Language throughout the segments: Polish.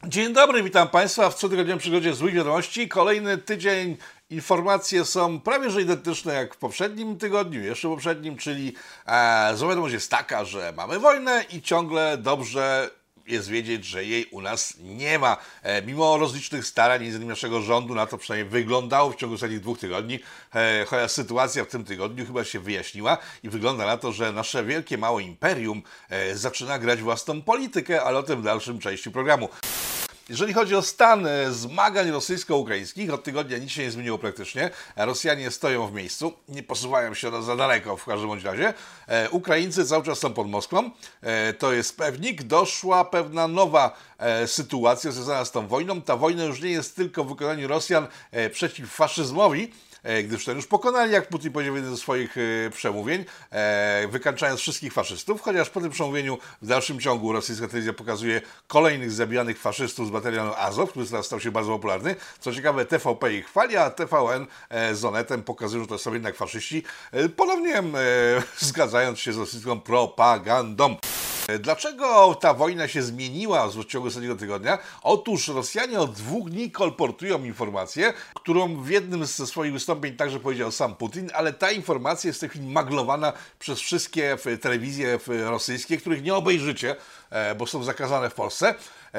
Dzień dobry, witam Państwa w cotygodniowym przygodzie złych wiadomości. Kolejny tydzień, informacje są prawie że identyczne jak w poprzednim tygodniu, jeszcze poprzednim, czyli zła wiadomość jest taka, że mamy wojnę i ciągle dobrze jest wiedzieć, że jej u nas nie ma. Mimo rozlicznych starań, między innymi naszego rządu, na to przynajmniej wyglądało w ciągu ostatnich 2 tygodni, chociaż sytuacja w tym tygodniu chyba się wyjaśniła i wygląda na to, że nasze wielkie, małe imperium zaczyna grać własną politykę, ale o tym w dalszym części programu. Jeżeli chodzi o stan zmagań rosyjsko-ukraińskich, od tygodnia nic się nie zmieniło praktycznie. Rosjanie stoją w miejscu, nie posuwają się za daleko w każdym bądź razie. Ukraińcy cały czas są pod Moskwą. To jest pewnik. Doszła pewna nowa sytuacja związana z tą wojną. Ta wojna już nie jest tylko w wykonaniu Rosjan przeciw faszyzmowi, gdyż ten już pokonali, jak Putin powiedział w jednym ze swoich przemówień, wykańczając wszystkich faszystów, chociaż po tym przemówieniu w dalszym ciągu rosyjska telewizja pokazuje kolejnych zabijanych faszystów z batalionu Azow, który teraz stał się bardzo popularny. Co ciekawe, TVP ich chwali, a TVN z Onetem pokazują, że to są jednak faszyści, ponownie zgadzając się z rosyjską propagandą. Dlaczego ta wojna się zmieniła w ciągu ostatniego tygodnia? Otóż Rosjanie od 2 dni kolportują informację, którą w jednym ze swoich wystąpień także powiedział sam Putin, ale ta informacja jest w tej chwili maglowana przez wszystkie telewizje rosyjskie, których nie obejrzycie, bo są zakazane w Polsce.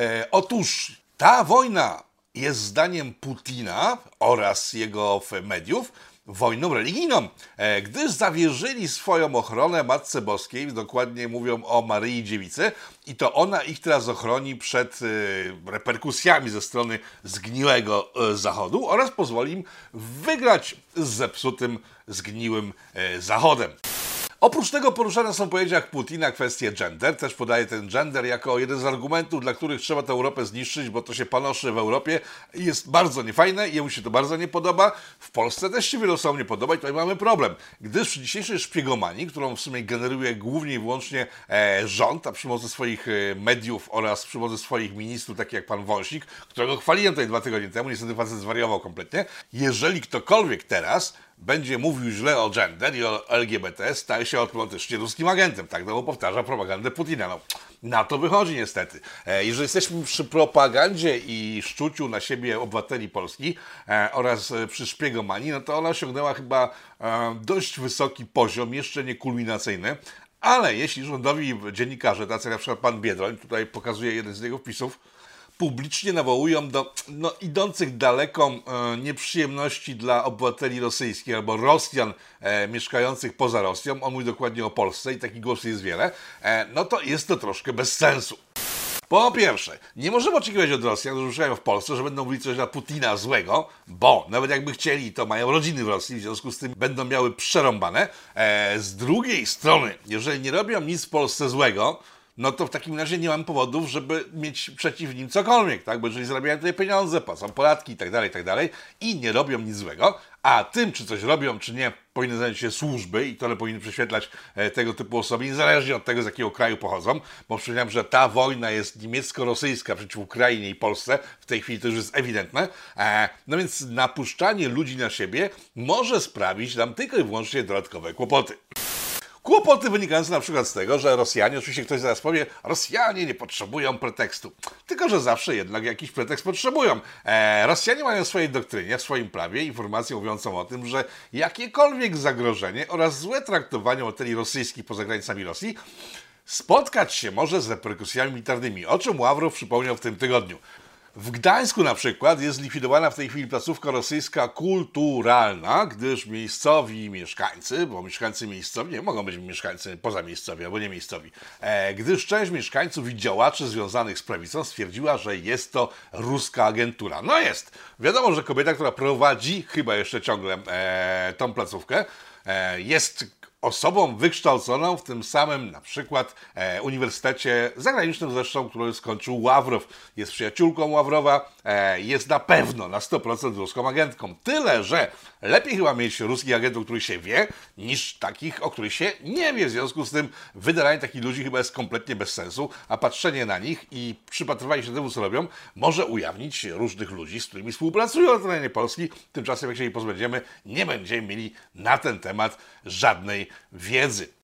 Otóż ta wojna jest zdaniem Putina oraz jego mediów wojną religijną, gdyż zawierzyli swoją ochronę Matce Boskiej, dokładnie mówią o Maryi Dziewicy, i to ona ich teraz ochroni przed reperkusjami ze strony zgniłego Zachodu oraz pozwoli im wygrać z zepsutym, zgniłym Zachodem. Oprócz tego poruszane są w powiedziach Putina kwestie gender. Też podaje ten gender jako jeden z argumentów, dla których trzeba tę Europę zniszczyć, bo to się panoszy w Europie i jest bardzo niefajne, jemu się to bardzo nie podoba. W Polsce też się wielu osobom nie podoba i tutaj mamy problem. Gdyż przy dzisiejszej szpiegomanii, którą w sumie generuje głównie i wyłącznie rząd, a przy pomocy swoich mediów oraz przy pomocy swoich ministrów, takich jak pan Wąsik, którego chwaliłem tutaj 2 tygodnie temu, niestety facet zwariował kompletnie. Jeżeli ktokolwiek teraz będzie mówił źle o gender i o LGBT, staje się automatycznie ruskim agentem. Tak no, bo powtarza propagandę Putina. No, na to wychodzi niestety. Jeżeli jesteśmy przy propagandzie i szczuciu na siebie obywateli Polski oraz przy szpiegomanii, no to ona osiągnęła chyba dość wysoki poziom, jeszcze nie kulminacyjny. Ale jeśli rządowi dziennikarze, tacy jak na przykład pan Biedroń, tutaj pokazuje jeden z jego wpisów, publicznie nawołują do idących daleko nieprzyjemności dla obywateli rosyjskich albo Rosjan mieszkających poza Rosją, on mówi dokładnie o Polsce i takich głosów jest wiele, no to jest to troszkę bez sensu. Po pierwsze, nie możemy oczekiwać od Rosjan, którzy mieszkają w Polsce, że będą mówić coś na Putina złego, bo nawet jakby chcieli, to mają rodziny w Rosji, w związku z tym będą miały przerąbane. Z drugiej strony, jeżeli nie robią nic w Polsce złego, no to w takim razie nie mam powodów, żeby mieć przeciw nim cokolwiek, tak? Bo jeżeli zarabiają tutaj pieniądze, płacą podatki i tak dalej, i nie robią nic złego, a tym, czy coś robią, czy nie, powinny zająć się służby i to one powinny prześwietlać tego typu osoby, niezależnie od tego, z jakiego kraju pochodzą, bo przypominam, że ta wojna jest niemiecko-rosyjska przeciw Ukrainie i Polsce, w tej chwili to już jest ewidentne, no więc napuszczanie ludzi na siebie może sprawić nam tylko i wyłącznie dodatkowe kłopoty. Kłopoty wynikające na przykład z tego, że Rosjanie, oczywiście ktoś zaraz powie, Rosjanie nie potrzebują pretekstu. Tylko że zawsze jednak jakiś pretekst potrzebują. Rosjanie mają w swojej doktrynie, w swoim prawie informację mówiącą o tym, że jakiekolwiek zagrożenie oraz złe traktowanie obywateli rosyjskich poza granicami Rosji spotkać się może z reperkusjami militarnymi, o czym Ławrow przypomniał w tym tygodniu. W Gdańsku na przykład jest zlikwidowana w tej chwili placówka rosyjska kulturalna, gdyż miejscowi mieszkańcy, bo mieszkańcy miejscowi nie mogą być mieszkańcy pozamiejscowi albo nie miejscowi, gdyż część mieszkańców i działaczy związanych z prawicą stwierdziła, że jest to ruska agentura. No jest! Wiadomo, że kobieta, która prowadzi chyba jeszcze ciągle tą placówkę, jest osobą wykształconą w tym samym na przykład uniwersytecie zagranicznym zresztą, który skończył Ławrow. Jest przyjaciółką Ławrowa, jest na pewno na 100% ruską agentką. Tyle, że lepiej chyba mieć ruskich agentów, o których się wie, niż takich, o których się nie wie. W związku z tym wydalanie takich ludzi chyba jest kompletnie bez sensu, a patrzenie na nich i przypatrywanie się temu, co robią, może ujawnić różnych ludzi, z którymi współpracują na terenie Polski. Tymczasem, jak się jej pozbędziemy, nie będziemy mieli na ten temat żadnej wiedzy.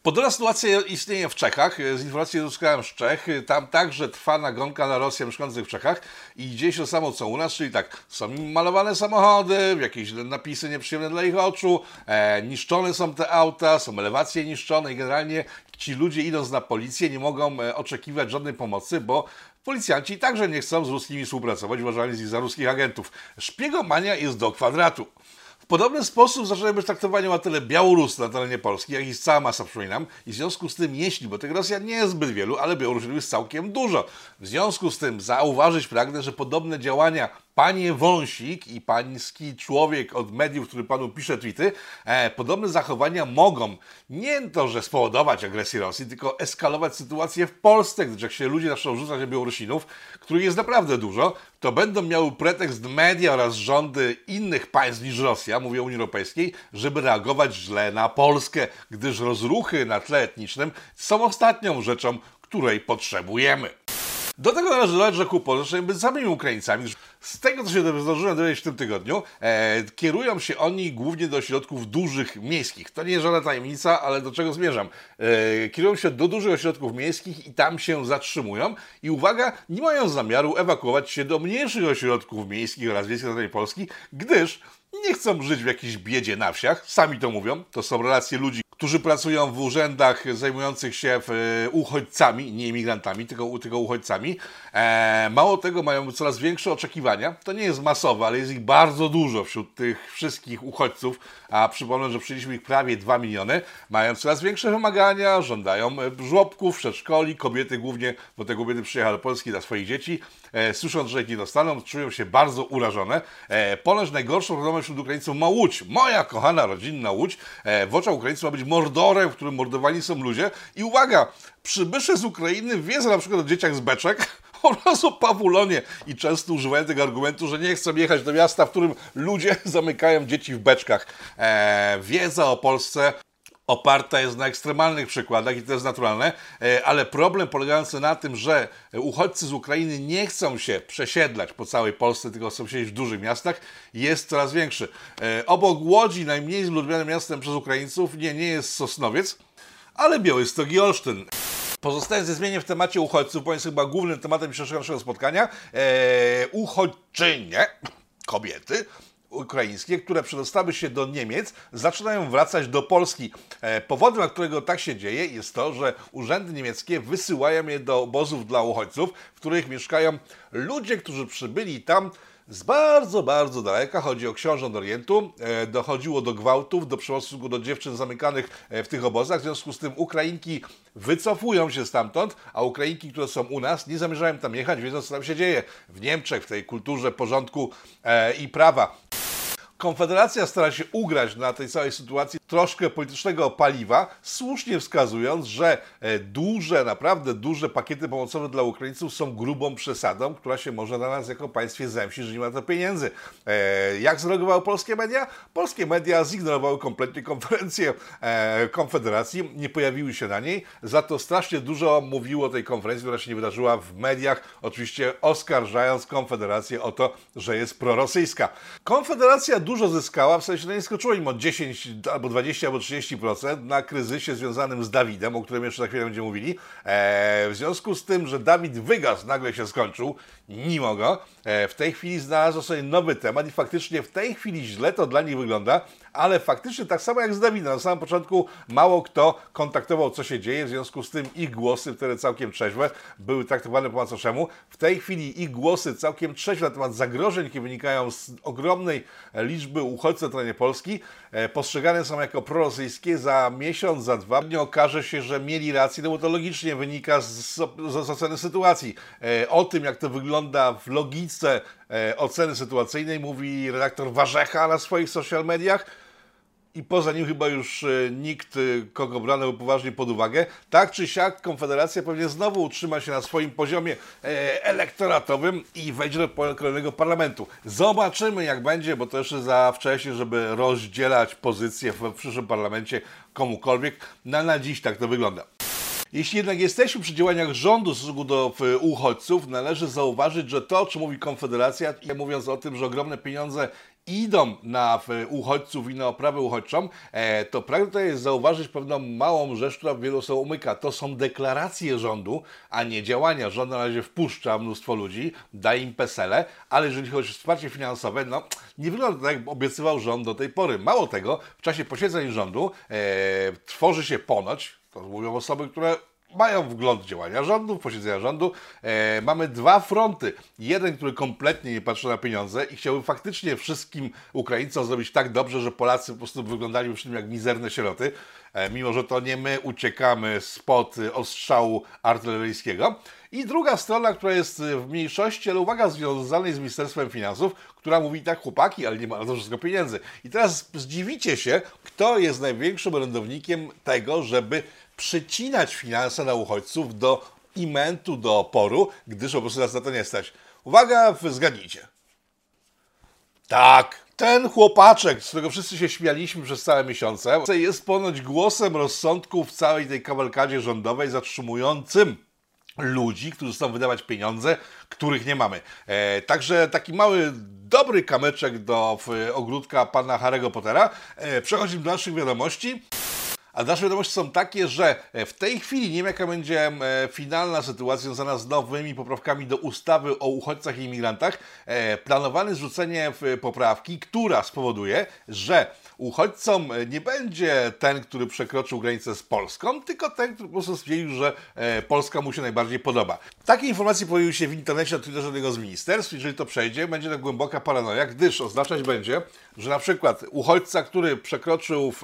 Podobna sytuacja istnieje w Czechach. Z informacji uzyskałem z Czech. Tam także trwa nagonka na Rosjan mieszkających w Czechach i dzieje się to samo co u nas, czyli tak, są malowane samochody, jakieś napisy nieprzyjemne dla ich oczu, niszczone są te auta, są elewacje niszczone i generalnie ci ludzie, idąc na policję, nie mogą oczekiwać żadnej pomocy, bo policjanci także nie chcą z ruskimi współpracować, uważani z nich za ruskich agentów. Szpiegomania jest do kwadratu. W podobny sposób zaczynają być traktowani obywatele białoruscy na terenie Polski, jak i cała masa, przypominam. I w związku z tym, bo tych Rosjan nie jest zbyt wielu, ale Białorusinów jest całkiem dużo. W związku z tym zauważyć pragnę, że podobne działania panie Wąsik i pański człowiek od mediów, który panu pisze tweety, podobne zachowania mogą nie to, że spowodować agresję Rosji, tylko eskalować sytuację w Polsce, gdyż jak się ludzie zaczną rzucać na Białorusinów, których jest naprawdę dużo, to będą miały pretekst media oraz rządy innych państw niż Rosja, mówię o Unii Europejskiej, żeby reagować źle na Polskę, gdyż rozruchy na tle etnicznym są ostatnią rzeczą, której potrzebujemy. Do tego należy dodać, że Kupol zaczynają być samymi Ukraińcami. Z tego, co się zdążyłem dowiedzieć w tym tygodniu, kierują się oni głównie do ośrodków dużych miejskich. To nie jest żadna tajemnica, ale do czego zmierzam? Kierują się do dużych ośrodków miejskich i tam się zatrzymują. I uwaga, nie mają zamiaru ewakuować się do mniejszych ośrodków miejskich oraz wiejskich na terenie Polski, gdyż nie chcą żyć w jakiejś biedzie na wsiach. Sami to mówią. To są relacje ludzi, którzy pracują w urzędach zajmujących się uchodźcami, nie imigrantami, tylko uchodźcami. Mało tego, mają coraz większe oczekiwania. To nie jest masowe, ale jest ich bardzo dużo wśród tych wszystkich uchodźców, a przypomnę, że przyjęliśmy ich prawie 2 miliony. Mają coraz większe wymagania, żądają żłobków, przedszkoli, kobiety głównie, bo te kobiety przyjechały do Polski dla swoich dzieci. Słysząc, że ich nie dostaną, czują się bardzo urażone. Ponoć najgorszą problemem wśród Ukraińców ma Łódź. Moja kochana rodzinna Łódź w oczach Ukraińców ma być mordorem, w którym mordowani są ludzie. I uwaga, przybysze z Ukrainy wiedzą na przykład o dzieciach z beczek oraz o Pawulonie i często używają tego argumentu, że nie chcą jechać do miasta, w którym ludzie zamykają dzieci w beczkach. Wiedza o Polsce oparta jest na ekstremalnych przykładach i to jest naturalne, ale problem polegający na tym, że uchodźcy z Ukrainy nie chcą się przesiedlać po całej Polsce, tylko chcą siedzieć w dużych miastach, jest coraz większy. Obok Łodzi najmniej zludnionym miastem przez Ukraińców nie jest Sosnowiec, ale Białystok i Olsztyn. Pozostając zmienię w temacie uchodźców, bo jest chyba głównym tematem dzisiejszego naszego spotkania, uchodźczynie, kobiety ukraińskie, które przedostały się do Niemiec, zaczynają wracać do Polski. Powodem, dla którego tak się dzieje, jest to, że urzędy niemieckie wysyłają je do obozów dla uchodźców, w których mieszkają ludzie, którzy przybyli tam z bardzo, bardzo daleka. Chodzi o książąt Orientu. Dochodziło do gwałtów, do przemocy do dziewczyn zamykanych w tych obozach. W związku z tym Ukrainki wycofują się stamtąd, a Ukrainki, które są u nas, nie zamierzają tam jechać, wiedząc, co tam się dzieje w Niemczech, w tej kulturze porządku i prawa. Konfederacja stara się ugrać na tej całej sytuacji troszkę politycznego paliwa, słusznie wskazując, że naprawdę duże pakiety pomocowe dla Ukraińców są grubą przesadą, która się może na nas jako państwie zemścić, że nie ma to pieniędzy. Jak zareagowały polskie media? Polskie media zignorowały kompletnie konferencję Konfederacji, nie pojawiły się na niej, za to strasznie dużo mówiło o tej konferencji, która się nie wydarzyła w mediach, oczywiście oskarżając Konfederację o to, że jest prorosyjska. Konfederacja dużo zyskała, w sensie nie skoczyło im o 10 albo 20 albo 30% na kryzysie związanym z Dawidem, o którym jeszcze za chwilę będziemy mówili. W związku z tym, że Dawid wygasł, nagle się skończył, mimo go, w tej chwili znalazł sobie nowy temat i faktycznie w tej chwili źle to dla nich wygląda, ale faktycznie tak samo jak z Dawidem. Na samym początku mało kto kontaktował, co się dzieje, w związku z tym ich głosy, wtedy całkiem trzeźwe, były traktowane po macoszemu. W tej chwili ich głosy całkiem trzeźwe na temat zagrożeń, jakie wynikają z ogromnej liczby uchodźców na terenie Polski, postrzegane są jako prorosyjskie. Za miesiąc, za 2 dni okaże się, że mieli rację, no bo to logicznie wynika z oceny sytuacji. O tym, jak to wygląda w logice oceny sytuacyjnej, mówi redaktor Warzecha na swoich social mediach. I poza nim chyba już nikt, kogo brano poważnie pod uwagę. Tak czy siak Konfederacja pewnie znowu utrzyma się na swoim poziomie elektoratowym i wejdzie do kolejnego parlamentu. Zobaczymy, jak będzie, bo to jeszcze za wcześnie, żeby rozdzielać pozycje w przyszłym parlamencie komukolwiek. Na dziś tak to wygląda. Jeśli jednak jesteśmy przy działaniach rządu w stosunku do uchodźców, należy zauważyć, że to, o czym mówi Konfederacja, mówiąc o tym, że ogromne pieniądze idą na uchodźców i na oprawę uchodźczą, to pragnę tutaj zauważyć pewną małą rzecz, która wielu osobom umyka. To są deklaracje rządu, a nie działania. Rząd na razie wpuszcza mnóstwo ludzi, daje im PESEL-e, ale jeżeli chodzi o wsparcie finansowe, no nie wygląda tak, jak obiecywał rząd do tej pory. Mało tego, w czasie posiedzeń rządu tworzy się ponoć, to mówią osoby, które mają wgląd działania rządu, posiedzenia rządu. Mamy dwa fronty. Jeden, który kompletnie nie patrzy na pieniądze i chciałby faktycznie wszystkim Ukraińcom zrobić tak dobrze, że Polacy po prostu wyglądali przy tym jak mizerne sieroty, mimo że to nie my uciekamy spod ostrzału artyleryjskiego. I druga strona, która jest w mniejszości, ale uwaga, związanej z Ministerstwem Finansów, która mówi tak, chłopaki, ale nie ma na to wszystko pieniędzy. I teraz zdziwicie się, kto jest największym orędownikiem tego, żeby przycinać finanse na uchodźców do imentu, do oporu, gdyż po prostu nas na to nie stać. Uwaga, zgadnijcie. Tak, ten chłopaczek, z którego wszyscy się śmialiśmy przez całe miesiące, jest ponoć głosem rozsądku w całej tej kawalkadzie rządowej zatrzymującym ludzi, którzy chcą wydawać pieniądze, których nie mamy. Także taki mały, dobry kamyczek do ogródka pana Harry'ego Pottera. Przechodzimy do naszych wiadomości. A nasze wiadomości są takie, że w tej chwili, nie wiem jaka będzie finalna sytuacja związana z nowymi poprawkami do ustawy o uchodźcach i imigrantach, planowane zrzucenie poprawki, która spowoduje, że uchodźcą nie będzie ten, który przekroczył granicę z Polską, tylko ten, który po prostu stwierdził, że Polska mu się najbardziej podoba. Takie informacje pojawiły się w internecie na Twitterze jednego z ministerstw. Jeżeli to przejdzie, będzie to głęboka paranoja, gdyż oznaczać będzie, że na przykład uchodźca, który przekroczył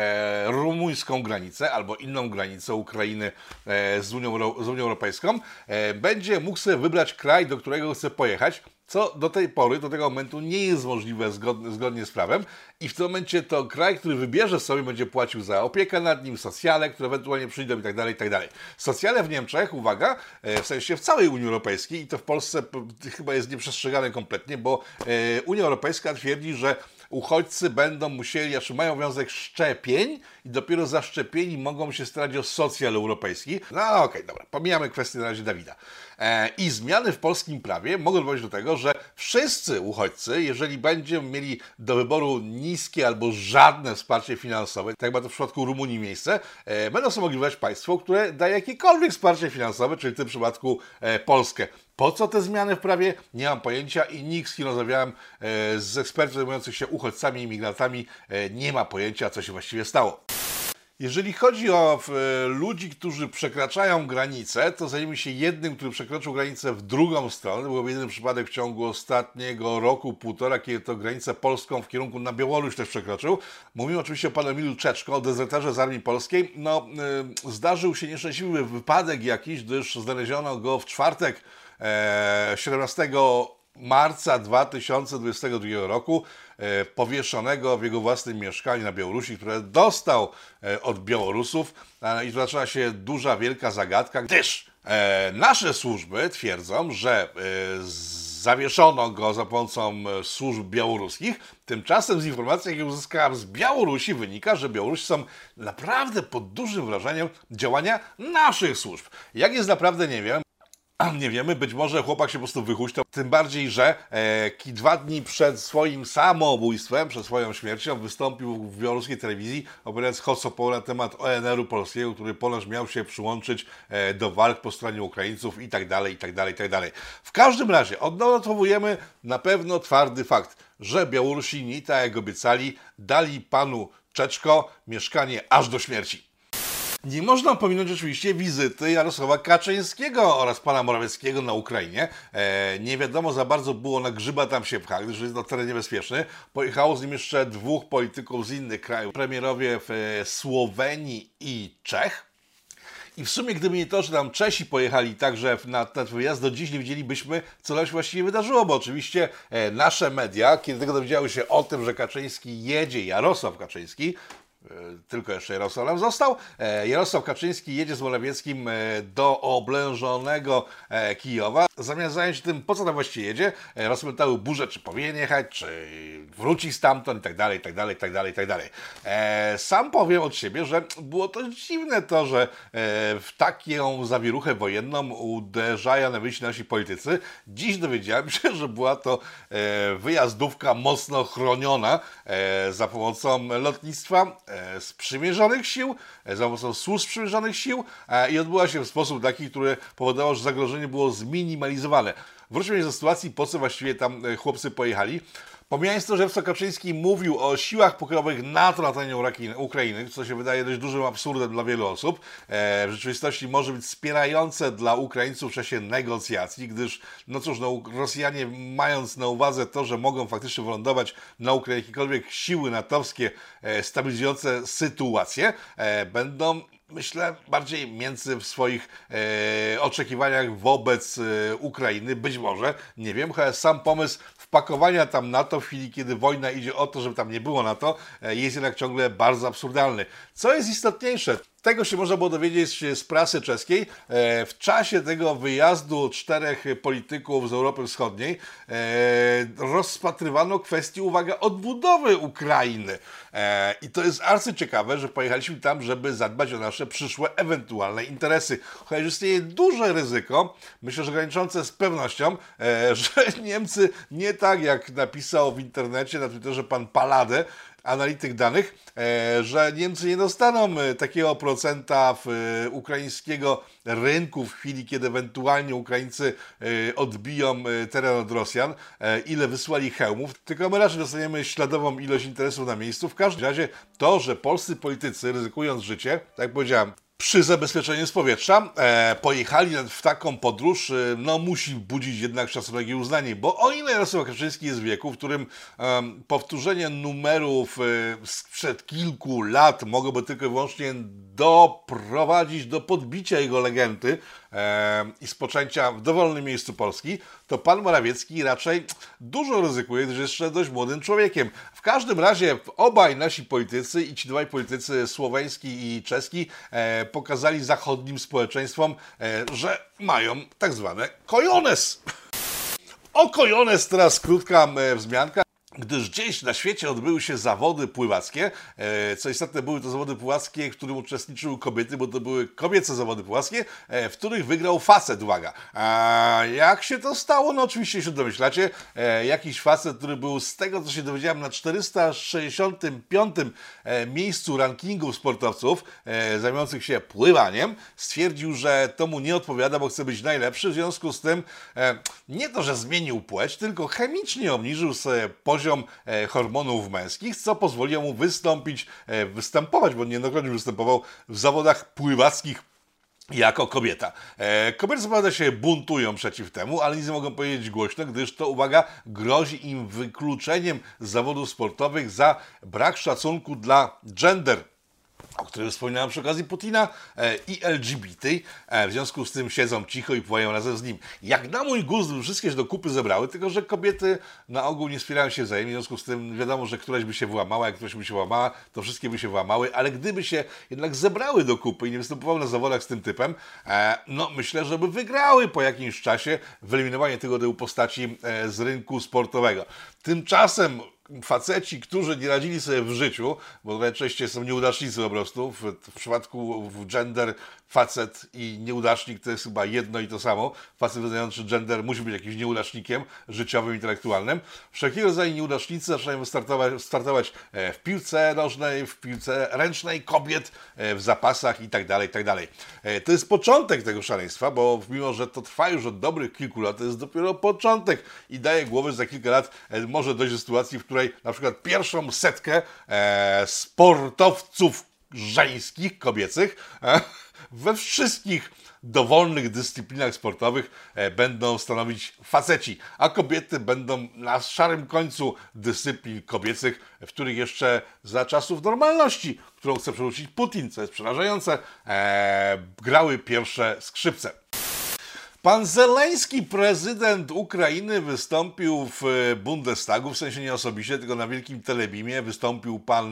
rumuńską granicę albo inną granicę Ukrainy z Unią Europejską, będzie mógł sobie wybrać kraj, do którego chce pojechać, co do tej pory, do tego momentu nie jest możliwe zgodnie z prawem i w tym momencie to kraj, który wybierze sobie, będzie płacił za opiekę nad nim, socjale, które ewentualnie przyjdą i tak dalej, i tak dalej. Socjale w Niemczech, uwaga, w sensie w całej Unii Europejskiej i to w Polsce chyba jest nieprzestrzegane kompletnie, bo Unia Europejska twierdzi, że uchodźcy będą musieli, znaczy mają obowiązek szczepień i dopiero zaszczepieni mogą się starać o socjal europejski. No okej, dobra, pomijamy kwestię na razie Dawida. I zmiany w polskim prawie mogą doprowadzić do tego, że wszyscy uchodźcy, jeżeli będziemy mieli do wyboru niskie albo żadne wsparcie finansowe, tak jak ma to w przypadku Rumunii miejsce, będą sobie mogli wybrać państwo, które daje jakiekolwiek wsparcie finansowe, czyli w tym przypadku Polskę. Po co te zmiany w prawie? Nie mam pojęcia i nikt, z kim rozmawiałem z ekspertów zajmujących się uchodźcami i imigrantami, nie ma pojęcia, co się właściwie stało. Jeżeli chodzi o ludzi, którzy przekraczają granicę, to zajmijmy się jednym, który przekroczył granicę w drugą stronę. Był jeden przypadek w ciągu ostatniego roku, półtora, kiedy to granicę polską w kierunku na Białoruś też przekroczył. Mówimy oczywiście o panu Emilu Czeczko, o dezerterze z Armii Polskiej. No, zdarzył się nieszczęśliwy wypadek jakiś, gdyż znaleziono go w czwartek 17 marca 2022 roku powieszonego w jego własnym mieszkaniu na Białorusi, które dostał od Białorusów i tu zaczyna się duża, wielka zagadka, gdyż nasze służby twierdzą, że zawieszono go za pomocą służb białoruskich. Tymczasem z informacji, jakie uzyskałem z Białorusi, wynika, że Białorusi są naprawdę pod dużym wrażeniem działania naszych służb. Jak jest naprawdę, nie wiem. Nie wiemy, być może chłopak się po prostu wychuśtał, tym bardziej, że 2 dni przed swoim samobójstwem, przed swoją śmiercią wystąpił w białoruskiej telewizji, opowiadając hocopo na temat ONR-u polskiego, który ponoć miał się przyłączyć do walk po stronie Ukraińców i tak dalej, i tak dalej, i tak dalej. W każdym razie odnotowujemy na pewno twardy fakt, że Białorusini, tak jak obiecali, dali panu Czeczko mieszkanie aż do śmierci. Nie można pominąć oczywiście wizyty Jarosława Kaczyńskiego oraz pana Morawieckiego na Ukrainie. Nie wiadomo za bardzo było, na grzyba tam się pcha, gdyż jest to teren niebezpieczny. Pojechało z nim jeszcze 2 polityków z innych krajów, premierowie w Słowenii i Czech. I w sumie, gdyby nie to, że tam Czesi pojechali także na ten wyjazd, do dziś nie wiedzielibyśmy, co tam się właściwie wydarzyło, bo oczywiście nasze media, kiedy tylko dowiedziały się o tym, że Kaczyński jedzie, Jarosław Kaczyński, tylko jeszcze Jarosław nam został. Jarosław Kaczyński jedzie z Morawieckim do oblężonego Kijowa. Zamiast zająć się tym, po co tam właściwie jedzie, rozpętały burzę, czy powinien jechać, czy wróci stamtąd i tak dalej, i tak dalej, i tak dalej, i tak dalej. Sam powiem od siebie, że było to dziwne to, że w taką zawieruchę wojenną uderzają najwyżsi nasi politycy. Dziś dowiedziałem się, że była to wyjazdówka mocno chroniona za pomocą lotnictwa sprzymierzonych sił, za pomocą służb sprzymierzonych sił i odbyła się w sposób taki, który powodował, że zagrożenie było zminimalizowane. Wróćmy do sytuacji, po co właściwie tam chłopcy pojechali. Pomijając to, że Jarosław Kaczyński mówił o siłach pokojowych NATO na terenie Ukrainy, co się wydaje dość dużym absurdem dla wielu osób, w rzeczywistości może być wspierające dla Ukraińców w czasie negocjacji, gdyż, no cóż, no, Rosjanie, mając na uwadze to, że mogą faktycznie wylądować na Ukrainie jakiekolwiek siły natowskie stabilizujące sytuację, będą, myślę, bardziej miękcy w swoich oczekiwaniach wobec Ukrainy. Być może, nie wiem, chociaż sam pomysł wpakowania tam NATO w chwili, kiedy wojna idzie o to, żeby tam nie było NATO, jest jednak ciągle bardzo absurdalny. Co jest istotniejsze, tego się można było dowiedzieć z prasy czeskiej. W czasie tego wyjazdu 4 polityków z Europy Wschodniej rozpatrywano kwestię, uwaga, odbudowy Ukrainy. I to jest arcyciekawe, że pojechaliśmy tam, żeby zadbać o nasze przyszłe ewentualne interesy. Chociaż istnieje duże ryzyko, myślę, że graniczące z pewnością, że Niemcy, nie tak jak napisał w internecie, na Twitterze pan Palade, analityk danych, że Niemcy nie dostaną takiego procenta ukraińskiego rynku w chwili, kiedy ewentualnie Ukraińcy odbiją teren od Rosjan, ile wysłali hełmów, tylko my raczej dostaniemy śladową ilość interesów na miejscu. W każdym razie to, że polscy politycy, ryzykując życie, tak jak powiedziałem, przy zabezpieczeniu z powietrza pojechali w taką podróż, no musi budzić jednak szacunek i uznanie, bo o ile Jarosław Kaczyński jest w wieku, w którym powtórzenie numerów sprzed kilku lat mogłoby tylko i wyłącznie doprowadzić do podbicia jego legendy i spoczęcia w dowolnym miejscu Polski, to pan Morawiecki raczej dużo ryzykuje, gdyż jest jeszcze dość młodym człowiekiem. W każdym razie obaj nasi politycy i ci dwaj politycy słoweński i czeski pokazali zachodnim społeczeństwom, że mają tak zwane cojones. O cojones teraz krótka wzmianka. Gdyż gdzieś na świecie odbyły się zawody pływackie. Co istotne, były to zawody pływackie, w których uczestniczyły kobiety, bo to były kobiece zawody pływackie, w których wygrał facet, uwaga. A jak się to stało? No oczywiście się domyślacie. Jakiś facet, który był, z tego co się dowiedziałem, na 465 miejscu rankingów sportowców zajmujących się pływaniem, stwierdził, że to mu nie odpowiada, bo chce być najlepszy. W związku z tym nie to, że zmienił płeć, tylko chemicznie obniżył sobie poziom hormonów męskich, co pozwoliło mu występować, bo niejednokrotnie występował w zawodach pływackich jako kobieta. Kobiety co prawda się buntują przeciw temu, ale nic nie mogą powiedzieć głośno, gdyż to, uwaga, grozi im wykluczeniem z zawodów sportowych za brak szacunku dla gender, o którym wspominałem przy okazji Putina, i LGBT. W związku z tym siedzą cicho i pływają razem z nim. Jak na mój gust wszystkie się do kupy zebrały, tylko że kobiety na ogół nie wspierają się wzajemnie, w związku z tym wiadomo, że któraś by się włamała, jak któraś by się włamała, to wszystkie by się włamały, ale gdyby się jednak zebrały do kupy i nie występowały na zawodach z tym typem, no myślę, że by wygrały po jakimś czasie wyeliminowanie tego rodzaju postaci z rynku sportowego. Tymczasem faceci, którzy nie radzili sobie w życiu, bo najczęściej są nieudacznicy po prostu, w przypadku gender facet i nieudacznik to jest chyba jedno i to samo. Facet wyznający gender musi być jakimś nieudacznikiem życiowym, intelektualnym. Wszelkiego rodzaju nieudacznicy zaczynają startować w piłce nożnej, w piłce ręcznej, kobiet, w zapasach itd., itd. To jest początek tego szaleństwa, bo mimo, że to trwa już od dobrych kilku lat, to jest dopiero początek i daje głowy, że za kilka lat może dojść do sytuacji, w której na przykład pierwszą setkę sportowców żeńskich, kobiecych, we wszystkich dowolnych dyscyplinach sportowych będą stanowić faceci, a kobiety będą na szarym końcu dyscyplin kobiecych, w których jeszcze za czasów normalności, którą chce przywrócić Putin, co jest przerażające, grały pierwsze skrzypce. Pan Zeleński, prezydent Ukrainy, wystąpił w Bundestagu, w sensie nie osobiście, tylko na wielkim telebimie wystąpił pan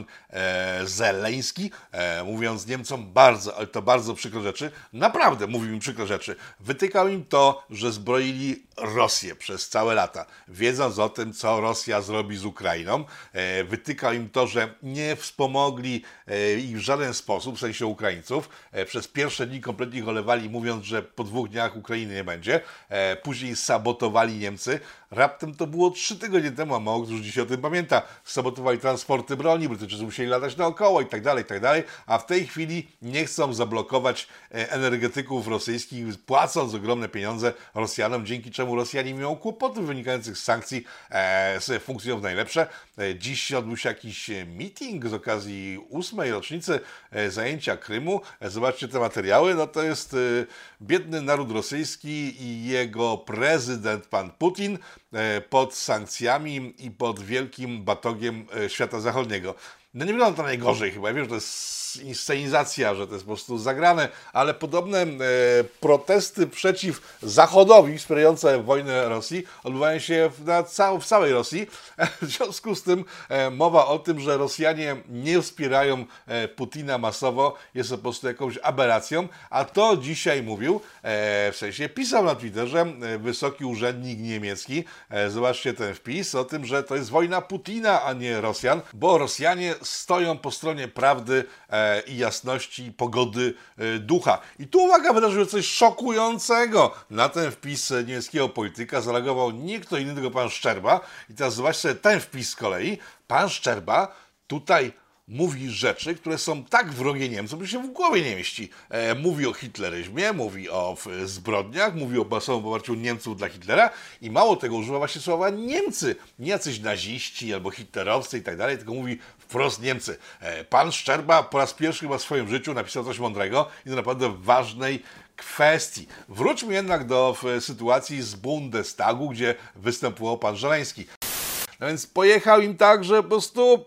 Zeleński, mówiąc Niemcom bardzo, ale to bardzo przykre rzeczy, naprawdę mówił im przykre rzeczy. Wytykał im to, że zbroili Rosję przez całe lata, wiedząc o tym, co Rosja zrobi z Ukrainą. Wytykał im to, że nie wspomogli ich w żaden sposób, w sensie Ukraińców. Przez pierwsze dni kompletnie ich olewali, mówiąc, że po 2 dniach Ukrainy nie będzie. Później sabotowali Niemcy. Raptem to było 3 tygodnie temu, a mało kto już dzisiaj o tym pamięta. Sabotowali transporty broni, Brytyjczycy musieli latać naokoło i tak dalej, a w tej chwili nie chcą zablokować energetyków rosyjskich, płacąc ogromne pieniądze Rosjanom, dzięki czemu Rosjanie mimo kłopotów wynikających z sankcji sobie funkcjonują w najlepsze. Dziś odbył się jakiś meeting z okazji 8. rocznicy zajęcia Krymu. Zobaczcie te materiały, no to jest biedny naród rosyjski i jego prezydent, pan Putin, pod sankcjami i pod wielkim batogiem świata zachodniego. No nie wygląda to najgorzej chyba, ja wiem, że to jest inscenizacja, że to jest po prostu zagrane, ale podobne protesty przeciw Zachodowi wspierające wojnę Rosji odbywają się w całej Rosji. W związku z tym mowa o tym, że Rosjanie nie wspierają Putina masowo, jest to po prostu jakąś aberracją, a to dzisiaj mówił, w sensie pisał na Twitterze wysoki urzędnik niemiecki, zobaczcie ten wpis, o tym, że to jest wojna Putina, a nie Rosjan, bo Rosjanie stoją po stronie prawdy i jasności, i pogody ducha. I tu, uwaga, wydarzyło coś szokującego. Na ten wpis niemieckiego polityka zareagował nie kto inny, tylko pan Szczerba. I teraz zobaczcie sobie ten wpis z kolei. Pan Szczerba tutaj mówi rzeczy, które są tak wrogie Niemcom, że się w głowie nie mieści. Mówi o hitleryzmie, mówi o zbrodniach, mówi o masowym poparciu Niemców dla Hitlera i mało tego, używa właśnie słowa Niemcy. Nie jacyś naziści albo hitlerowcy i tak dalej, tylko mówi wprost Niemcy. Pan Szczerba po raz pierwszy chyba w swoim życiu napisał coś mądrego i to naprawdę ważnej kwestii. Wróćmy jednak do sytuacji z Bundestagu, gdzie występował pan Żeleński. No więc pojechał im tak, że po prostu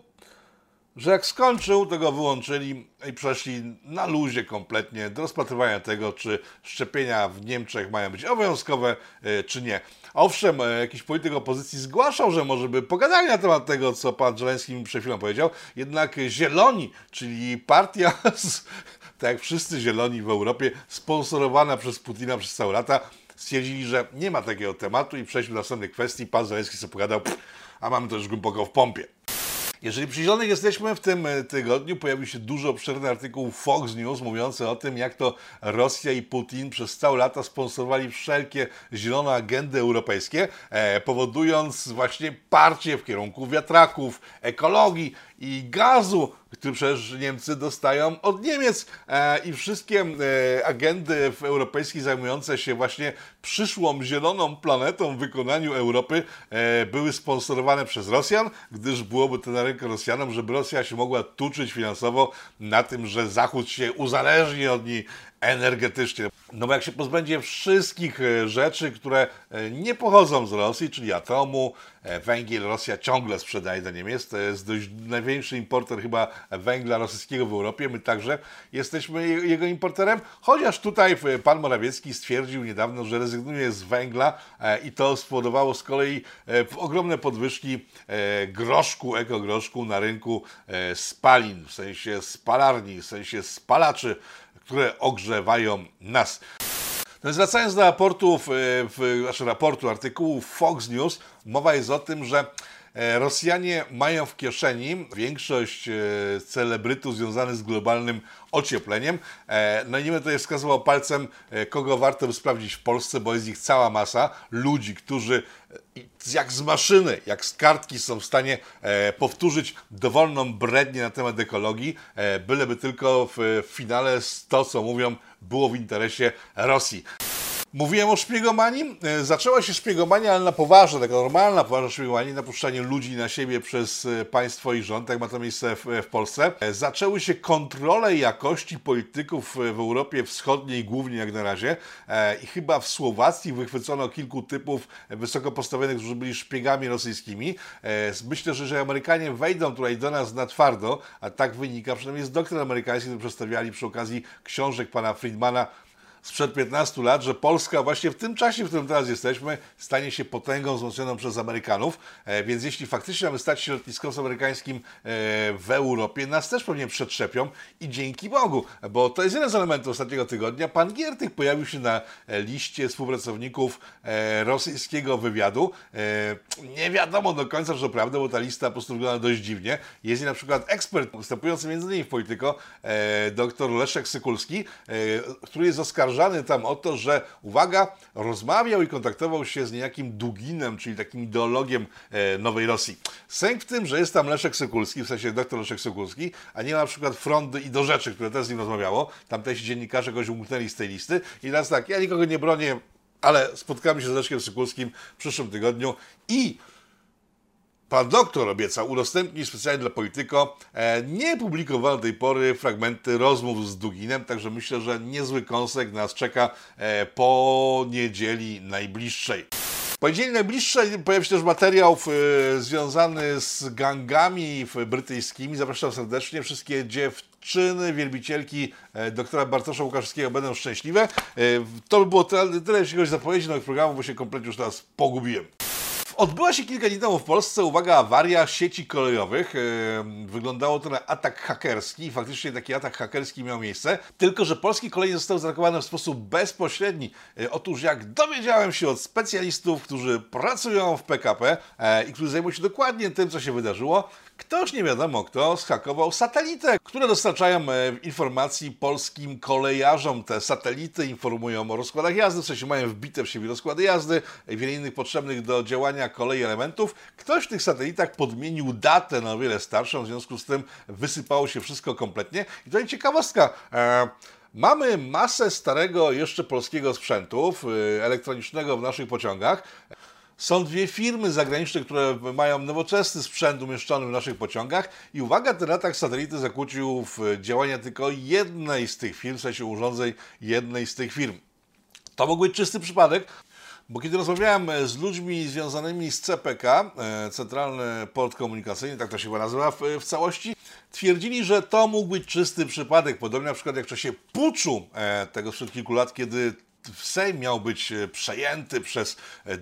że jak skończył, to go wyłączyli i przeszli na luzie kompletnie do rozpatrywania tego, czy szczepienia w Niemczech mają być obowiązkowe, czy nie. Owszem, jakiś polityk opozycji zgłaszał, że może by pogadali na temat tego, co pan Żeleński mi przed chwilą powiedział, jednak Zieloni, czyli partia, tak jak wszyscy Zieloni w Europie, sponsorowana przez Putina przez całe lata, stwierdzili, że nie ma takiego tematu i przejdźmy do następnej kwestii. Pan Żeleński sobie pogadał, a mamy to już głęboko w pompie. Jeżeli przy Zielonych jesteśmy, w tym tygodniu pojawił się dużo obszerny artykuł Fox News mówiący o tym, jak to Rosja i Putin przez całe lata sponsorowali wszelkie zielone agendy europejskie, powodując właśnie parcie w kierunku wiatraków, ekologii i gazu, który przecież Niemcy dostają od Niemiec i wszystkie agendy europejskie zajmujące się właśnie przyszłą zieloną planetą w wykonaniu Europy były sponsorowane przez Rosjan, gdyż byłoby to na rękę Rosjanom, żeby Rosja się mogła tuczyć finansowo na tym, że Zachód się uzależni od niej energetycznie. No bo jak się pozbędzie wszystkich rzeczy, które nie pochodzą z Rosji, czyli atomu, węgiel Rosja ciągle sprzedaje do Niemiec, to jest dość największy importer chyba węgla rosyjskiego w Europie, my także jesteśmy jego importerem, chociaż tutaj pan Morawiecki stwierdził niedawno, że rezygnuje z węgla i to spowodowało z kolei ogromne podwyżki groszku, ekogroszku na rynku spalin, w sensie spalarni, w sensie spalaczy, które ogrzewają nas. No i zwracając do raportu, artykułu Fox News, mowa jest o tym, że Rosjanie mają w kieszeni większość celebrytów związanych z globalnym ociepleniem. No i nie będę tutaj wskazywał palcem, kogo warto by sprawdzić w Polsce, bo jest ich cała masa ludzi, którzy jak z maszyny, jak z kartki są w stanie powtórzyć dowolną brednię na temat ekologii, byleby tylko w finale to, co mówią, było w interesie Rosji. Mówiłem o szpiegomanii. Zaczęła się szpiegomania, ale na poważnie, taka normalna, poważna szpiegomania, napuszczanie ludzi na siebie przez państwo i rząd, jak ma to miejsce w Polsce. Zaczęły się kontrole jakości polityków w Europie Wschodniej, głównie jak na razie. I chyba w Słowacji wychwycono kilku typów wysoko postawionych, którzy byli szpiegami rosyjskimi. Myślę, że Amerykanie wejdą tutaj do nas na twardo, a tak wynika przynajmniej z doktryn amerykańskich, które przedstawiali przy okazji książek pana Friedmana, sprzed 15 lat, że Polska właśnie w tym czasie, w którym teraz jesteśmy, stanie się potęgą wzmocnioną przez Amerykanów, więc jeśli faktycznie mamy stać się lotniskowcem amerykańskim w Europie, nas też pewnie przetrzepią i dzięki Bogu, bo to jest jeden z elementów ostatniego tygodnia. Pan Giertych pojawił się na liście współpracowników rosyjskiego wywiadu. Nie wiadomo do końca, że to prawda, bo ta lista po prostu wygląda dość dziwnie. Jest i na przykład ekspert występujący m.in. w Polityko, dr Leszek Sykulski, który jest oskarżany tam o to, że, uwaga, rozmawiał i kontaktował się z niejakim Duginem, czyli takim ideologiem Nowej Rosji. Sęk w tym, że jest tam Leszek Sykulski, w sensie dr Leszek Sykulski, a nie ma na przykład Frondy i Do Rzeczy, które też z nim rozmawiało. Tamtejsi dziennikarze goś umknęli z tej listy. I teraz tak, ja nikogo nie bronię, ale spotkamy się z Leszkiem Sykulskim w przyszłym tygodniu i pan doktor obiecał udostępnić specjalnie dla Polityko niepublikowane do tej pory fragmenty rozmów z Duginem, także myślę, że niezły kąsek nas czeka po niedzieli najbliższej. W poniedzieli najbliższej pojawi się też materiał związany z gangami brytyjskimi. Zapraszam serdecznie. Wszystkie dziewczyny, wielbicielki doktora Bartosza Łukaszewskiego będą szczęśliwe. To by było tyle, jeśli chodzi o zapowiedzi nowych programów, bo się kompletnie już teraz pogubiłem. Odbyła się kilka dni temu w Polsce, uwaga, awaria sieci kolejowych. Wyglądało to na atak hakerski i faktycznie taki atak hakerski miał miejsce. Tylko że polskie koleje zostały zaatakowane w sposób bezpośredni. Otóż jak dowiedziałem się od specjalistów, którzy pracują w PKP i którzy zajmują się dokładnie tym, co się wydarzyło, ktoś, nie wiadomo kto, zhakował satelitę, które dostarczają informacji polskim kolejarzom. Te satelity informują o rozkładach jazdy, w sensie mają wbite w siebie rozkłady jazdy i wiele innych potrzebnych do działania kolei elementów. Ktoś w tych satelitach podmienił datę na o wiele starszą, w związku z tym wysypało się wszystko kompletnie. I tutaj ciekawostka. Mamy masę starego jeszcze polskiego sprzętu elektronicznego w naszych pociągach. Są dwie firmy zagraniczne, które mają nowoczesny sprzęt umieszczony w naszych pociągach i uwaga, ten atak satelity zakłócił działania tylko jednej z tych firm, w sensie urządzeń jednej z tych firm. To mógł być czysty przypadek, bo kiedy rozmawiałem z ludźmi związanymi z CPK, Centralny Port Komunikacyjny, tak to się chyba nazywa w całości, twierdzili, że to mógł być czysty przypadek, podobnie na przykład jak w czasie puczu tego sprzed kilku lat, kiedy Sejm miał być przejęty przez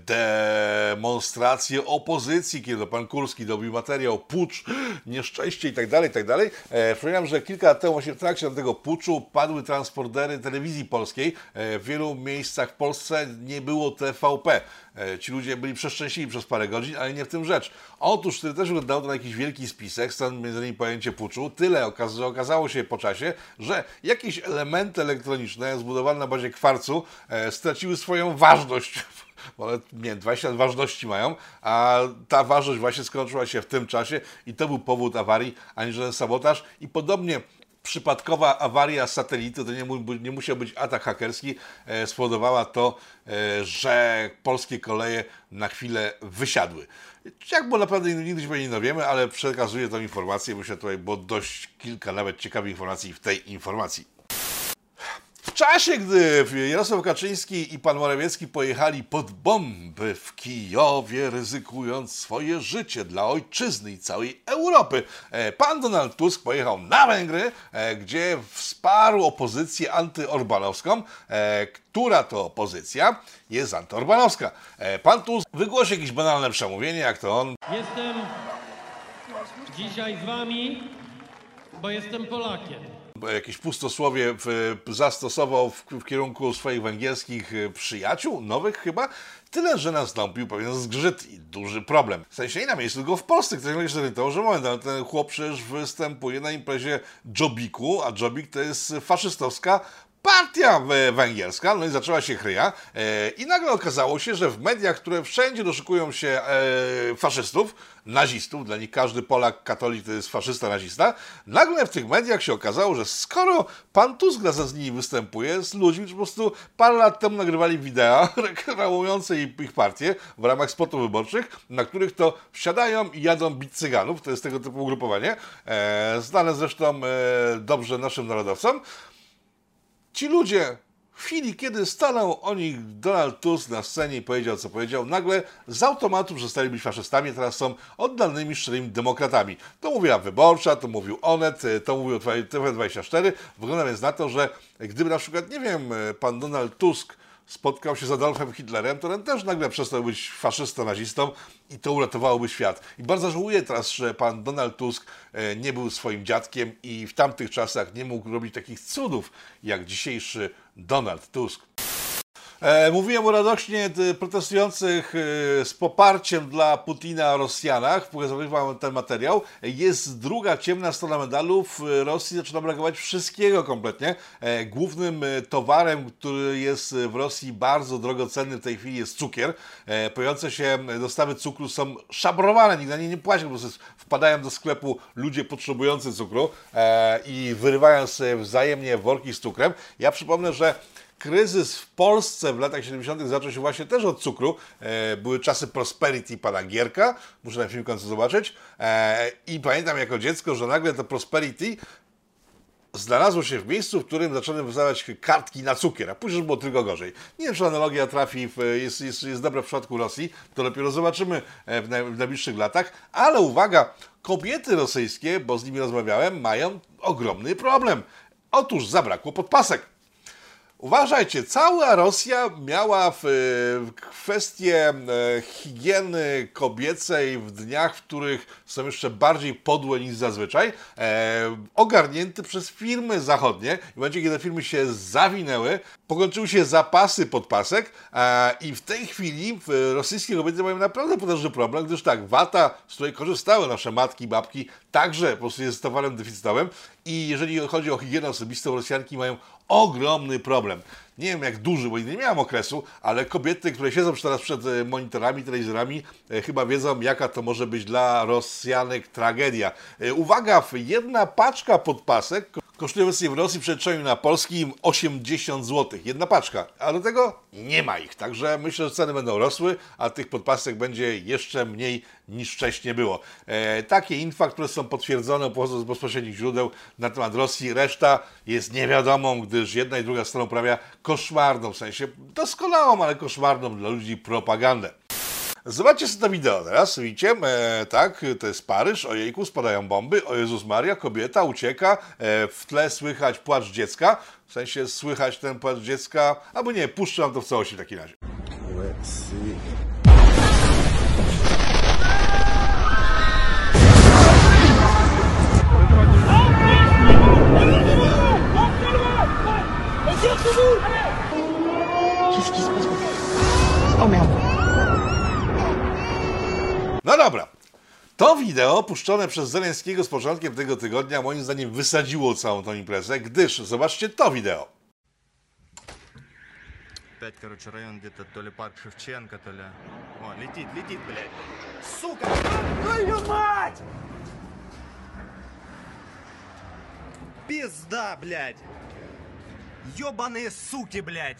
demonstrację opozycji, kiedy pan Kurski dobił materiał, pucz, nieszczęście i tak dalej, i tak dalej. Przypominam, że kilka lat temu właśnie w trakcie tego puczu padły transportery telewizji polskiej. W wielu miejscach w Polsce nie było TVP. Ci ludzie byli przeszczęśliwi przez parę godzin, ale nie w tym rzecz. Otóż też wyglądało to na jakiś wielki spisek, stąd między innymi pojęcie puczu. Tyle okazało się po czasie, że jakieś elementy elektroniczne zbudowane na bazie kwarcu straciły swoją ważność. One, nie wiem, 20 lat ważności mają, a ta ważność właśnie skończyła się w tym czasie i to był powód awarii, a nie żaden sabotaż. I podobnie przypadkowa awaria satelity, to nie musiał być atak hakerski, spowodowała to, że polskie koleje na chwilę wysiadły. Jak było naprawdę nigdy się nie dowiemy, ale przekazuję tę informację, bo się tutaj było dość kilka nawet ciekawych informacji w tej informacji. W czasie, gdy Jarosław Kaczyński i pan Morawiecki pojechali pod bomby w Kijowie, ryzykując swoje życie dla ojczyzny i całej Europy, pan Donald Tusk pojechał na Węgry, gdzie wsparł opozycję antyorbanowską, która to opozycja jest antyorbanowska. Pan Tusk wygłosił jakieś banalne przemówienie, jak to on. Jestem dzisiaj z wami, bo jestem Polakiem. Jakieś pustosłowie zastosował w kierunku swoich węgierskich przyjaciół, nowych chyba, tyle, że nastąpił pewien zgrzyt i duży problem. W sensie nie na miejscu, tylko w Polsce. Ktoś może się zorientował, że moment, ale ten chłop przecież występuje na imprezie Jobbiku, a Jobbik to jest faszystowska partia węgierska, no i zaczęła się chryja i nagle okazało się, że w mediach, które wszędzie doszukują się faszystów, nazistów, dla nich każdy Polak, katolik to jest faszysta, nazista, nagle w tych mediach się okazało, że skoro pan Tusk razem z nimi występuje, z ludźmi, którzy po prostu parę lat temu nagrywali wideo reklamujące ich partię w ramach spotów wyborczych, na których to wsiadają i jadą bić cyganów, to jest tego typu ugrupowanie, znane zresztą dobrze naszym narodowcom. Ci ludzie W chwili, kiedy stanął o nich Donald Tusk na scenie i powiedział, co powiedział, nagle z automatu przestali być faszystami, teraz są oddanymi, szczerymi demokratami. To mówiła Wyborcza, to mówił Onet, to mówił TVN24. Wygląda więc na to, że gdyby na przykład, nie wiem, pan Donald Tusk spotkał się z Adolfem Hitlerem, to on też nagle przestał być faszystą, nazistą i to uratowałoby świat. I bardzo żałuję teraz, że pan Donald Tusk nie był swoim dziadkiem i w tamtych czasach nie mógł robić takich cudów jak dzisiejszy Donald Tusk. Mówiłem o radośnie protestujących z poparciem dla Putina Rosjanach. Pokazywałem ten materiał. Jest druga ciemna strona medalu. W Rosji zaczyna brakować wszystkiego kompletnie. Głównym towarem, który jest w Rosji bardzo drogocenny w tej chwili, jest cukier. Pojawiające się dostawy cukru są szabrowane. Nikt na nie nie płaci. Po prostu wpadają do sklepu ludzie potrzebujący cukru i wyrywają sobie wzajemnie worki z cukrem. Ja przypomnę, że kryzys w Polsce w latach 70. zaczął się właśnie też od cukru. Były czasy Prosperity pana Gierka, muszę ten film w końcu zobaczyć. I pamiętam jako dziecko, że nagle to Prosperity znalazło się w miejscu, w którym zaczęto wydawać kartki na cukier, a później już było tylko gorzej. Nie wiem, czy analogia trafi, jest dobra w przypadku Rosji, to dopiero zobaczymy w najbliższych latach, ale uwaga, kobiety rosyjskie, bo z nimi rozmawiałem, mają ogromny problem. Otóż zabrakło podpasek. Uważajcie, cała Rosja miała kwestię higieny kobiecej w dniach, w których są jeszcze bardziej podłe niż zazwyczaj, ogarnięty przez firmy zachodnie. W momencie, kiedy te firmy się zawinęły, pokończyły się zapasy podpasek i w tej chwili rosyjskie kobiety mają naprawdę potężny problem, gdyż tak, wata, z której korzystały nasze matki, babki, także po prostu jest towarem deficytowym i jeżeli chodzi o higienę osobistą, Rosjanki mają ogromny problem. Nie wiem jak duży, bo nie miałem okresu, ale kobiety, które siedzą teraz przed monitorami, telewizorami, chyba wiedzą, jaka to może być dla Rosjanek tragedia. Uwaga, jedna paczka podpasek kosztuje obecnie w Rosji w przeliczeniu na polskim 80 zł. Jedna paczka, a do tego nie ma ich. Także myślę, że ceny będą rosły, a tych podpasek będzie jeszcze mniej niż wcześniej było. Takie info, które są potwierdzone, pochodzą z bezpośrednich źródeł na temat Rosji. Reszta jest niewiadomą, gdyż jedna i druga strona uprawia koszmarną, w sensie doskonałą, ale koszmarną dla ludzi propagandę. Zobaczcie sobie to wideo teraz, widzicie, tak, to jest Paryż, ojejku, spadają bomby, o Jezus Maria, kobieta ucieka, w tle słychać płacz dziecka, w sensie słychać ten płacz dziecka, albo nie, puszczę wam to w całości w takim razie. No dobra, to wideo puszczone przez Zelenskiego z początkiem tego tygodnia moim zdaniem wysadziło całą tą imprezę, gdyż zobaczcie to wideo. Опять, короче, район где-то то ли парк Шевченко, то ли... О, летит, блядь. Сука! Твою мать! Пизда, блядь! Ёбаные суки, блядь!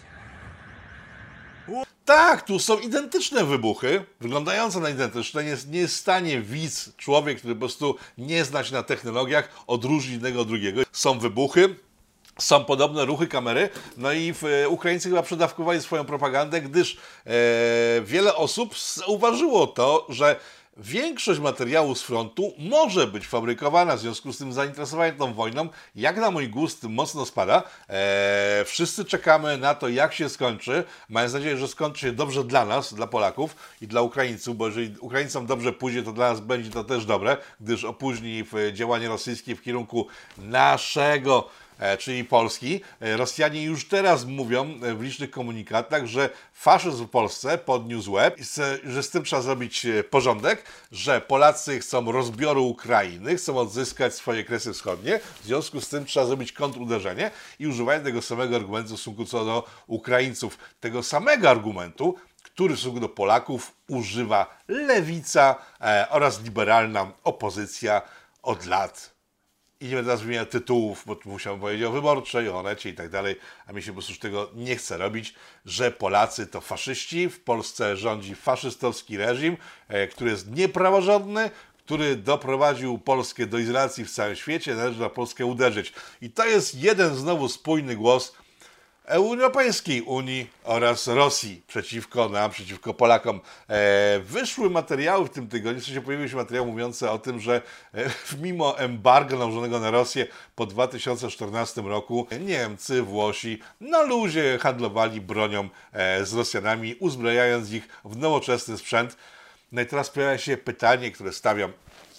Tak, tu są identyczne wybuchy, wyglądające na identyczne. Nie jest w stanie widz, człowiek, który po prostu nie zna się na technologiach, odróżnić jednego od drugiego. Są wybuchy, są podobne ruchy kamery, no i Ukraińcy chyba przedawkowali swoją propagandę, gdyż wiele osób zauważyło to, że większość materiału z frontu może być fabrykowana, w związku z tym zainteresowanie tą wojną, jak na mój gust, mocno spada. Wszyscy czekamy na to, jak się skończy. Mam nadzieję, że skończy się dobrze dla nas, dla Polaków i dla Ukraińców, bo jeżeli Ukraińcom dobrze pójdzie, to dla nas będzie to też dobre, gdyż opóźni działanie rosyjskie w kierunku naszego, czyli Polski. Rosjanie już teraz mówią w licznych komunikatach, że faszyzm w Polsce podniósł łeb, że z tym trzeba zrobić porządek, że Polacy chcą rozbioru Ukrainy, chcą odzyskać swoje Kresy Wschodnie, w związku z tym trzeba zrobić kontruderzenie i używają tego samego argumentu w stosunku co do Ukraińców. Tego samego argumentu, który w stosunku do Polaków używa lewica oraz liberalna opozycja od lat. I nie będę teraz wymieniał tytułów, bo tu musiałem powiedzieć o Wyborczej, o Onecie i tak dalej, a mi się po prostu już tego nie chce robić, że Polacy to faszyści, w Polsce rządzi faszystowski reżim, który jest niepraworządny, który doprowadził Polskę do izolacji w całym świecie, należy na Polskę uderzyć. I to jest jeden znowu spójny głos Europejskiej Unii oraz Rosji przeciwko nam, przeciwko Polakom. Wyszły materiały w tym tygodniu, w sensie pojawiły się materiały mówiące o tym, że mimo embarga nałożonego na Rosję po 2014 roku Niemcy, Włosi na luzie handlowali bronią z Rosjanami, uzbrajając ich w nowoczesny sprzęt. No i teraz pojawia się pytanie, które stawiam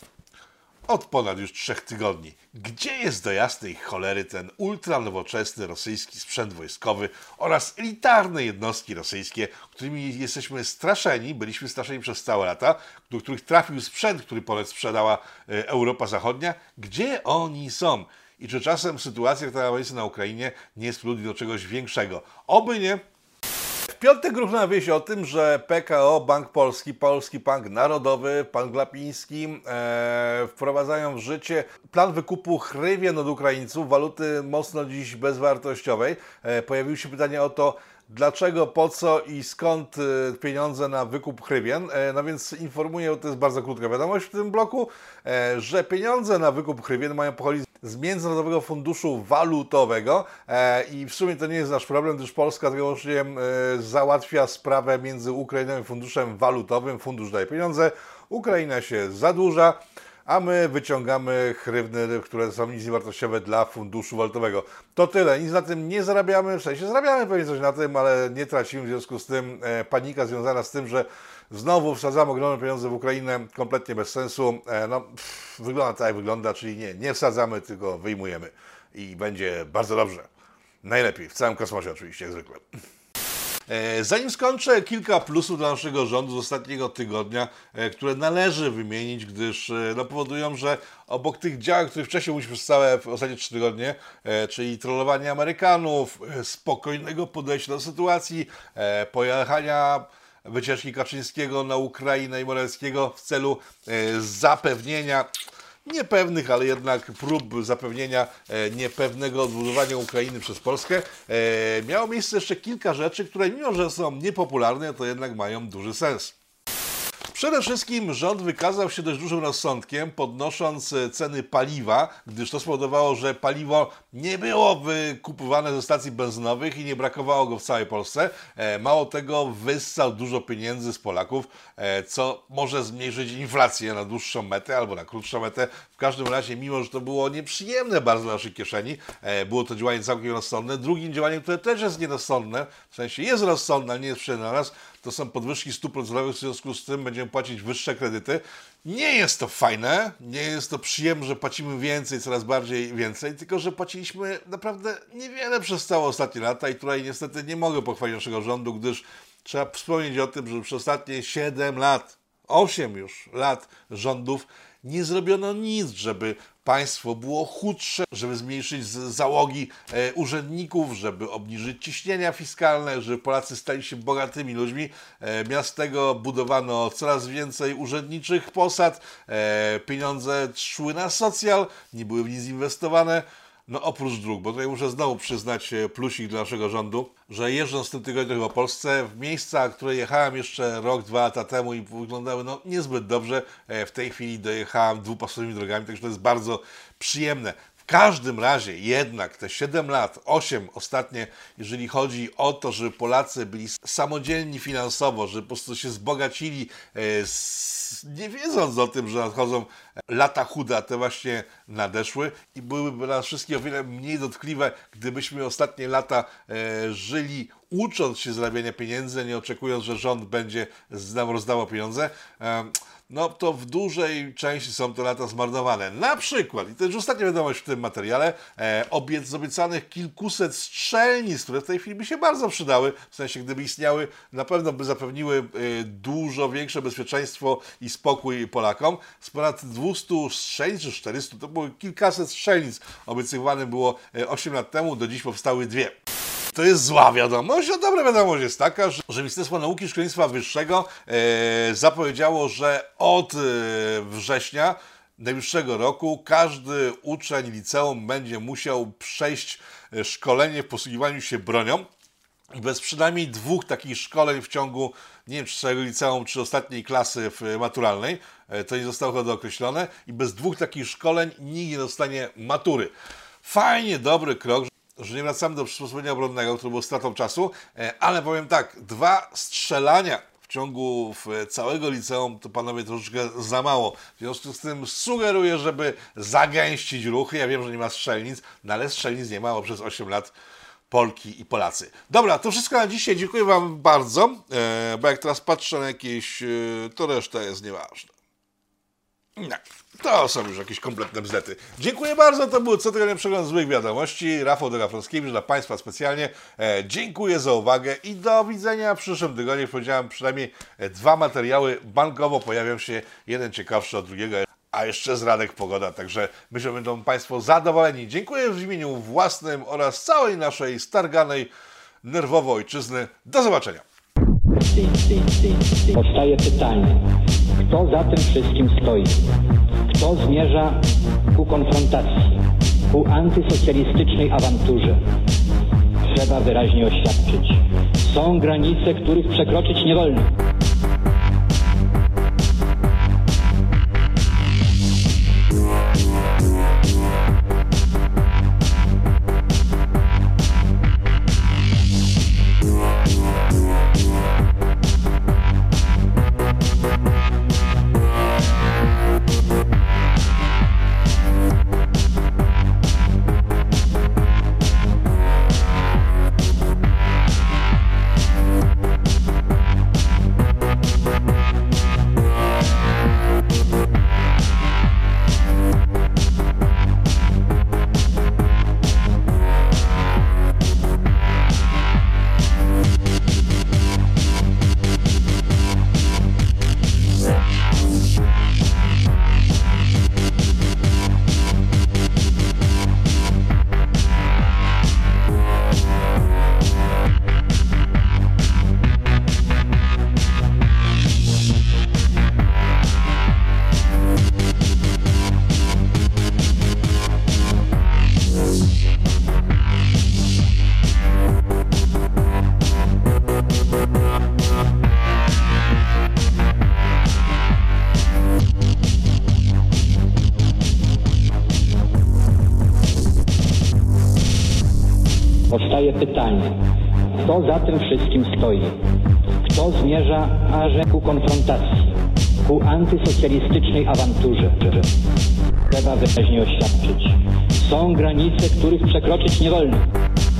od ponad już 3 tygodni. Gdzie jest do jasnej cholery ten ultranowoczesny rosyjski sprzęt wojskowy oraz elitarne jednostki rosyjskie, którymi jesteśmy straszeni, byliśmy straszeni przez całe lata, do których trafił sprzęt, który ponoć sprzedała Europa Zachodnia? Gdzie oni są? I czy czasem sytuacja, która jest na Ukrainie, nie jest ludzi do czegoś większego? Oby nie. W piątek różna wieść o tym, że PKO, Bank Polski, Polski Bank Narodowy, pan Glapiński wprowadzają w życie plan wykupu hrywien od Ukraińców, waluty mocno dziś bezwartościowej. Pojawiły się pytania o to, dlaczego, po co i skąd pieniądze na wykup hrywien. No więc informuję, to jest bardzo krótka wiadomość w tym bloku, że pieniądze na wykup hrywien mają pochodzić z Międzynarodowego Funduszu Walutowego i w sumie to nie jest nasz problem, gdyż Polska wyłącznie załatwia sprawę między Ukrainą i Funduszem Walutowym. Fundusz daje pieniądze, Ukraina się zadłuża, a my wyciągamy hrywny, które są nic niewartościowe dla Funduszu Walutowego. To tyle, nic na tym nie zarabiamy, w sensie zarabiamy pewnie coś na tym, ale nie tracimy, w związku z tym panika związana z tym, że znowu wsadzamy ogromne pieniądze w Ukrainę, kompletnie bez sensu. Wygląda tak jak wygląda, czyli nie wsadzamy, tylko wyjmujemy i będzie bardzo dobrze. Najlepiej, w całym kosmosie oczywiście, jak zwykle. Zanim skończę, kilka plusów dla naszego rządu z ostatniego tygodnia, które należy wymienić, gdyż powodują, że obok tych działań, których wcześniej mówiliśmy przez całe ostatnie 3 tygodnie, czyli trollowanie Amerykanów, spokojnego podejścia do sytuacji, pojechania wycieczki Kaczyńskiego na Ukrainę i Morawieckiego w celu zapewnienia niepewnych, ale jednak prób zapewnienia niepewnego odbudowania Ukrainy przez Polskę, miało miejsce jeszcze kilka rzeczy, które mimo, że są niepopularne, to jednak mają duży sens. Przede wszystkim rząd wykazał się dość dużym rozsądkiem, podnosząc ceny paliwa, gdyż to spowodowało, że paliwo nie było wykupywane ze stacji benzynowych i nie brakowało go w całej Polsce. Mało tego, wyssał dużo pieniędzy z Polaków, co może zmniejszyć inflację na dłuższą metę albo na krótszą metę. W każdym razie, mimo że to było nieprzyjemne bardzo dla naszej kieszeni, było to działanie całkiem rozsądne. Drugim działaniem, które też jest nierozsądne, w sensie jest rozsądne, ale nie jest przyjemne dla nas, to są podwyżki stóp procentowych, w związku z tym będziemy płacić wyższe kredyty. Nie jest to fajne, nie jest to przyjemne, że płacimy więcej, coraz bardziej więcej, tylko że płaciliśmy naprawdę niewiele przez całe ostatnie lata i tutaj niestety nie mogę pochwalić naszego rządu, gdyż trzeba wspomnieć o tym, że przez ostatnie 7 lat, 8 już lat rządów nie zrobiono nic, żeby państwo było chudsze, żeby zmniejszyć załogi urzędników, żeby obniżyć ciśnienia fiskalne, żeby Polacy stali się bogatymi ludźmi. Miast tego budowano coraz więcej urzędniczych posad, pieniądze szły na socjal, nie były w nic inwestowane. No oprócz dróg, bo tutaj muszę znowu przyznać plusik dla naszego rządu, że jeżdżąc w tym tygodniu po Polsce, w miejsca, które jechałem jeszcze rok, 2 lata temu i wyglądały niezbyt dobrze, w tej chwili dojechałem dwupasowymi drogami, także to jest bardzo przyjemne. W każdym razie jednak te 7 lat, 8 ostatnie, jeżeli chodzi o to, żeby Polacy byli samodzielni finansowo, że po prostu się wzbogacili, nie wiedząc o tym, że nadchodzą lata chude, a te właśnie nadeszły i byłyby dla nas wszystkich o wiele mniej dotkliwe, gdybyśmy ostatnie lata żyli ucząc się zarabiania pieniędzy, nie oczekując, że rząd będzie nam rozdawał pieniądze. No to w dużej części są te lata zmarnowane. Na przykład, i to jest ostatnia wiadomość w tym materiale, z obiecanych kilkuset strzelnic, które w tej chwili by się bardzo przydały, w sensie gdyby istniały, na pewno by zapewniły dużo większe bezpieczeństwo i spokój Polakom. Z ponad 200 strzelnic, czy 400, to było kilkaset strzelnic, obiecywane było 8 lat temu, do dziś powstały 2. To jest zła wiadomość, a dobra wiadomość jest taka, że Ministerstwo Nauki i Szkolnictwa Wyższego zapowiedziało, że od września najbliższego roku każdy uczeń liceum będzie musiał przejść szkolenie w posługiwaniu się bronią. I bez przynajmniej 2 takich szkoleń w ciągu, nie wiem, czy całego liceum, czy ostatniej klasy maturalnej, to nie zostało chyba dookreślone, i bez 2 takich szkoleń nikt nie dostanie matury. Fajnie, dobry krok, że nie wracamy do przysposobienia obronnego, które było stratą czasu, ale powiem tak, 2 strzelania w ciągu całego liceum to panowie troszeczkę za mało. W związku z tym sugeruję, żeby zagęścić ruchy. Ja wiem, że nie ma strzelnic, no ale strzelnic nie ma, bo przez 8 lat Polki i Polacy. Dobra, to wszystko na dzisiaj. Dziękuję wam bardzo, bo jak teraz patrzę na jakieś, to reszta jest nieważna. Nie, to są już jakieś kompletne bzdety. Dziękuję bardzo, to był cotygodniowy przegląd złych wiadomości. Rafał Dogafrowskiewicz dla Państwa specjalnie. Dziękuję za uwagę i do widzenia w przyszłym tygodniu. Powiedziałem, przynajmniej 2 materiały bankowo pojawią się, jeden ciekawszy od drugiego, a jeszcze z Radek Pogoda, także myślę, że będą Państwo zadowoleni. Dziękuję w imieniu własnym oraz całej naszej starganej nerwowo ojczyzny. Do zobaczenia. Powstaje pytanie, kto za tym wszystkim stoi? Kto zmierza ku konfrontacji, ku antysocjalistycznej awanturze? Trzeba wyraźnie oświadczyć. Są granice, których przekroczyć nie wolno. Powstaje pytanie, kto za tym wszystkim stoi? Kto zmierza ku konfrontacji, ku antysocjalistycznej awanturze? Trzeba wyraźnie oświadczyć. Są granice, których przekroczyć nie wolno.